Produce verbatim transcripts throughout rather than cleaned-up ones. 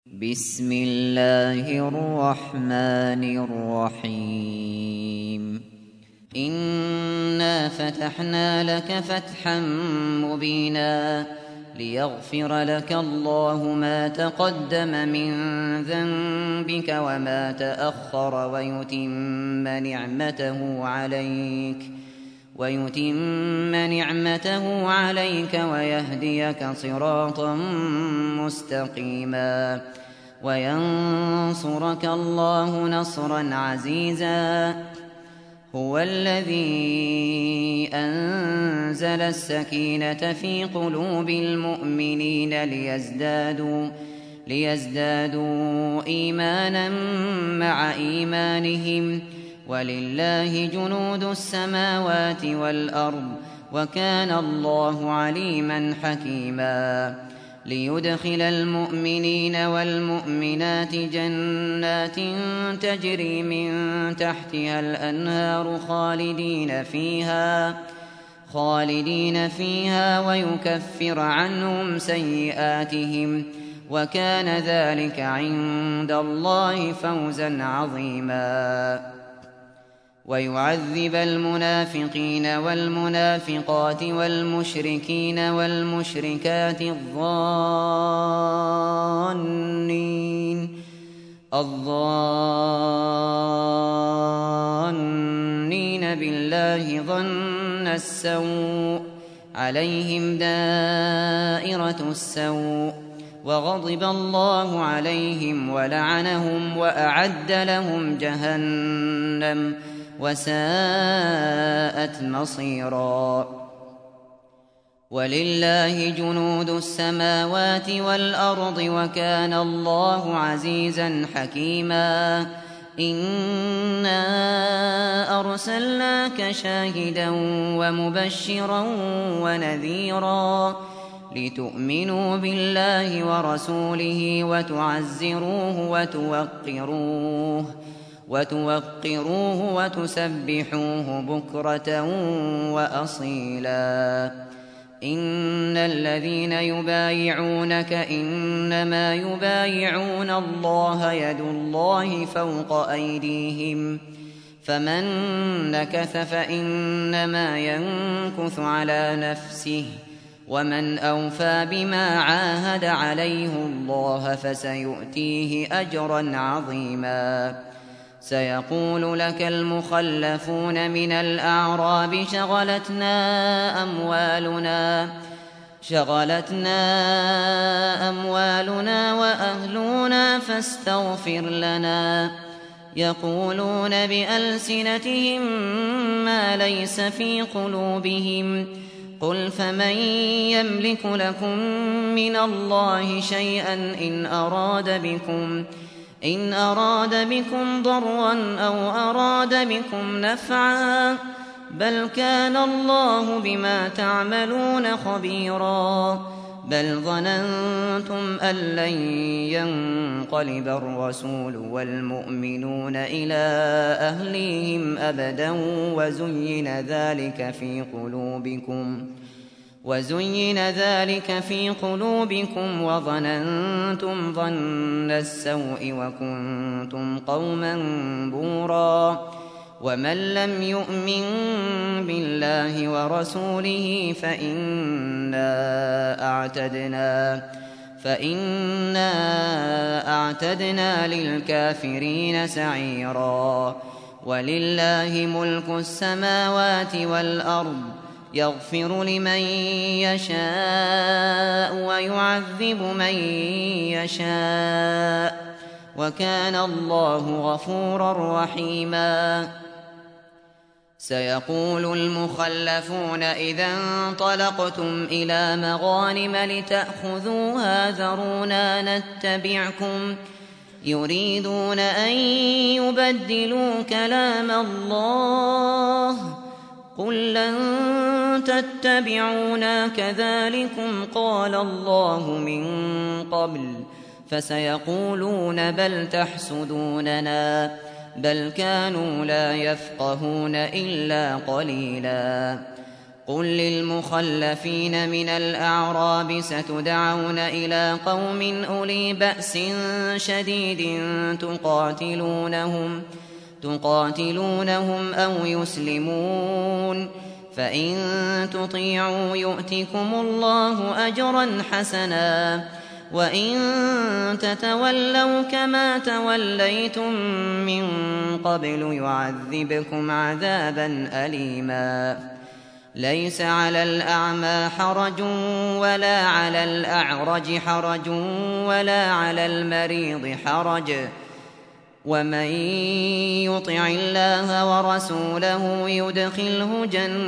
بسم الله الرحمن الرحيم إنا فتحنا لك فتحا مبينا ليغفر لك الله ما تقدم من ذنبك وما تأخر ويتم نعمته عليك ويتم نعمته عليك ويهديك صراطا مستقيما وينصرك الله نصرا عزيزا هو الذي أنزل السكينة في قلوب المؤمنين ليزدادوا ليزدادوا إيمانا مع إيمانهم ولله جنود السماوات والأرض وكان الله عليما حكيما ليدخل المؤمنين والمؤمنات جنات تجري من تحتها الأنهار خالدين فيها خالدين فيها ويكفر عنهم سيئاتهم وكان ذلك عند الله فوزا عظيما ويعذب المنافقين والمنافقات والمشركين والمشركات الظانين الظانين بالله ظن السوء عليهم دائرة السوء وغضب الله عليهم ولعنهم وأعد لهم جهنم وساءت مصيرا ولله جنود السماوات والأرض وكان الله عزيزا حكيما إنا أرسلناك شاهدا ومبشرا ونذيرا لتؤمنوا بالله ورسوله وتعزروه وتوقروه وتوقروه وتسبحوه بكرة وأصيلا إن الذين يبايعونك إنما يبايعون الله يد الله فوق أيديهم فمن نكث فإنما ينكث على نفسه ومن أوفى بما عاهد عليه الله فسيؤتيه أجرا عظيما سيقول لك المخلفون من الأعراب شغلتنا أموالنا شغلتنا أموالنا وأهلنا فاستغفر لنا يقولون بألسنتهم ما ليس في قلوبهم قل فمن يملك لكم من الله شيئا إن أراد بكم إن أراد بكم ضرا أو أراد بكم نفعا بل كان الله بما تعملون خبيرا بل ظننتم أن لن ينقلب الرسول والمؤمنون إلى أهليهم أبدا وزين ذلك في قلوبكم وزين ذلك في قلوبكم وظننتم ظن السوء وكنتم قوما بورا ومن لم يؤمن بالله ورسوله فإنا أعتدنا فإنا أعتدنا للكافرين سعيرا ولله ملك السماوات والأرض يغفر لمن يشاء ويعذب من يشاء وكان الله غفورا رحيما سيقول المخلفون إذا انطلقتم إلى مغانم لتأخذوها ذرونا نتبعكم يريدون أن يبدلوا كلام الله قل لن تتبعونا كذلكم قال الله من قبل فسيقولون بل تحسدوننا بل كانوا لا يفقهون إلا قليلا قل للمخلفين من الأعراب ستدعون إلى قوم أولي بأس شديد تقاتلونهم تقاتلونهم أو يسلمون فإن تطيعوا يؤتكم الله أجرا حسنا وإن تتولوا كما توليتم من قبل يعذبكم عذابا أليما ليس على الأعمى حرج ولا على الأعرج حرج ولا على المريض حرج ومن يطع الله ورسوله يدخله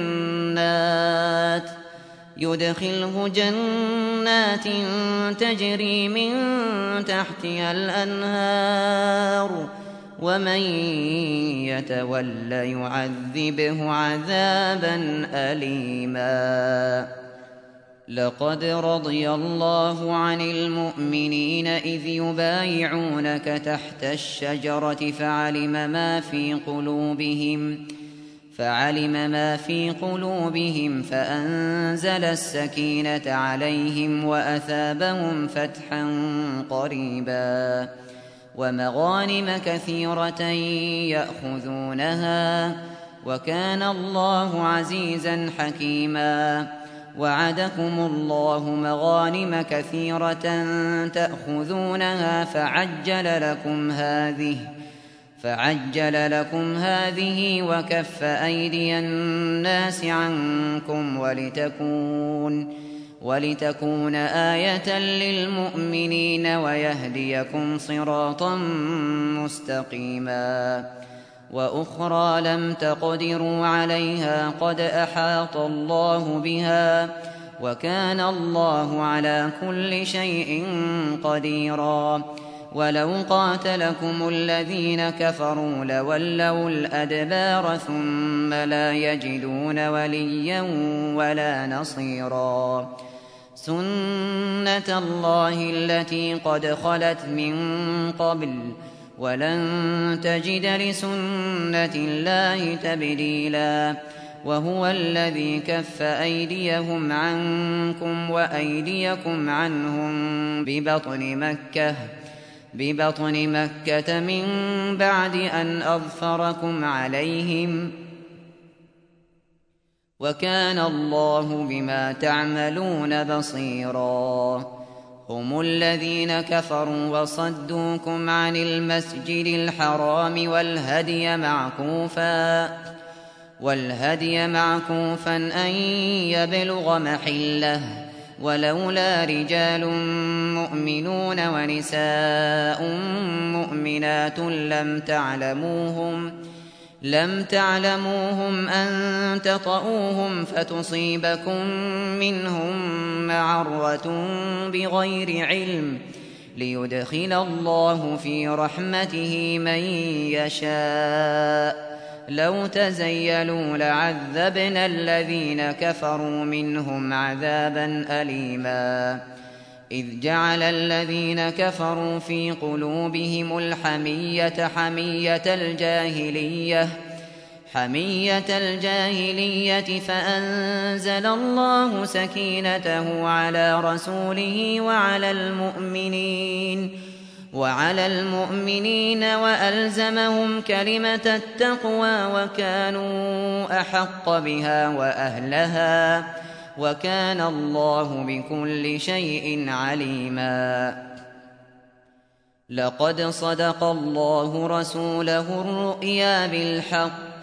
جنات يدخله جنات تجري من تحتها الأنهار ومن يتول يعذبه عذابا أليما لقد رضي الله عن المؤمنين إذ يبايعونك تحت الشجرة فعلم ما في قلوبهم فعلم ما في قلوبهم فأنزل السكينة عليهم وأثابهم فتحا قريبا ومغانم كثيرة يأخذونها وكان الله عزيزا حكيما وعدكم الله مغانم كثيرة تأخذونها فعجل لكم هذه فعجل لكم هذه وكف أيدي الناس عنكم ولتكون ولتكون آية للمؤمنين ويهديكم صراطا مستقيما وأخرى لم تقدروا عليها قد أحاط الله بها وكان الله على كل شيء قديرا ولو قاتلكم الذين كفروا لولوا الأدبار ثم لا يجدون وليا ولا نصيرا سنة الله التي قد خلت من قبل ولن تجد لسنة الله تبديلا وهو الذي كف أيديهم عنكم وأيديكم عنهم ببطن مكة ببطن مكة من بعد أن أظفركم عليهم وكان الله بما تعملون بصيرا هم الذين كفروا وصدوكم عن المسجد الحرام والهدي معكوفا والهدي معكوفا أن يبلغ محله ولولا رجال مؤمنون ونساء مؤمنات لم تعلموهم لم تعلموهم أن تطؤوهم فتصيبكم منهم معرة بغير علم ليدخل الله في رحمته من يشاء لو تزيلوا لعذبنا الذين كفروا منهم عذابا أليما إذ جعل الذين كفروا في قلوبهم الحمية حمية الجاهلية حمية الجاهلية فأنزل الله سكينته على رسوله وعلى المؤمنين وعلى المؤمنين وألزمهم كلمة التقوى وكانوا أحق بها وأهلها وكان الله بكل شيء عليما لقد صدق الله رسوله الرؤيا بالحق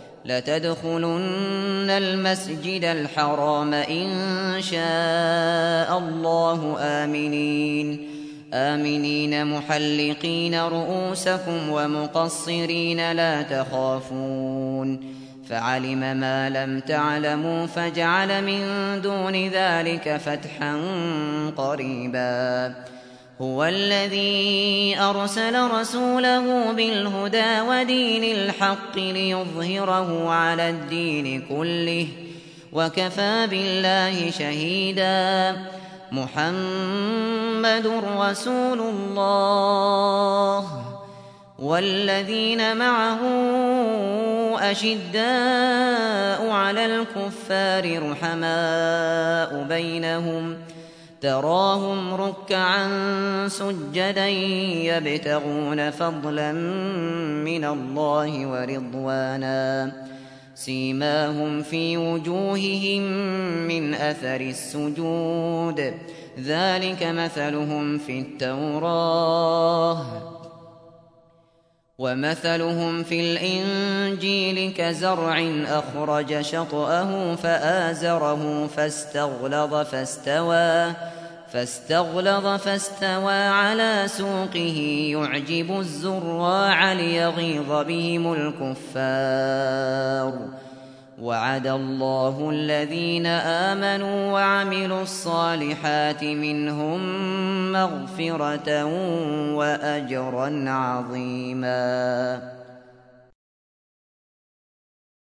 لتدخلن المسجد الحرام إن شاء الله آمنين آمنين محلقين رؤوسكم ومقصرين لا تخافون فعلم ما لم تعلموا فجعل من دون ذلك فتحا قريبا هو الذي أرسل رسوله بالهدى ودين الحق ليظهره على الدين كله وكفى بالله شهيدا محمد رسول الله والذين معه أشداء على الكفار رحماء بينهم تراهم ركعا سجدا يبتغون فضلا من الله ورضوانا سيماهم في وجوههم من أثر السجود ذلك مثلهم في التوراة ومثلهم في الإنجيل كزرع أخرج شطأه فآزره فاستغلظ فاستوى فاستغلظ فاستوى على سوقه يعجب الزراع ليغيظ بهم الكفار وعد الله الذين آمنوا وعملوا الصالحات منهم مغفرة وأجرا عظيما.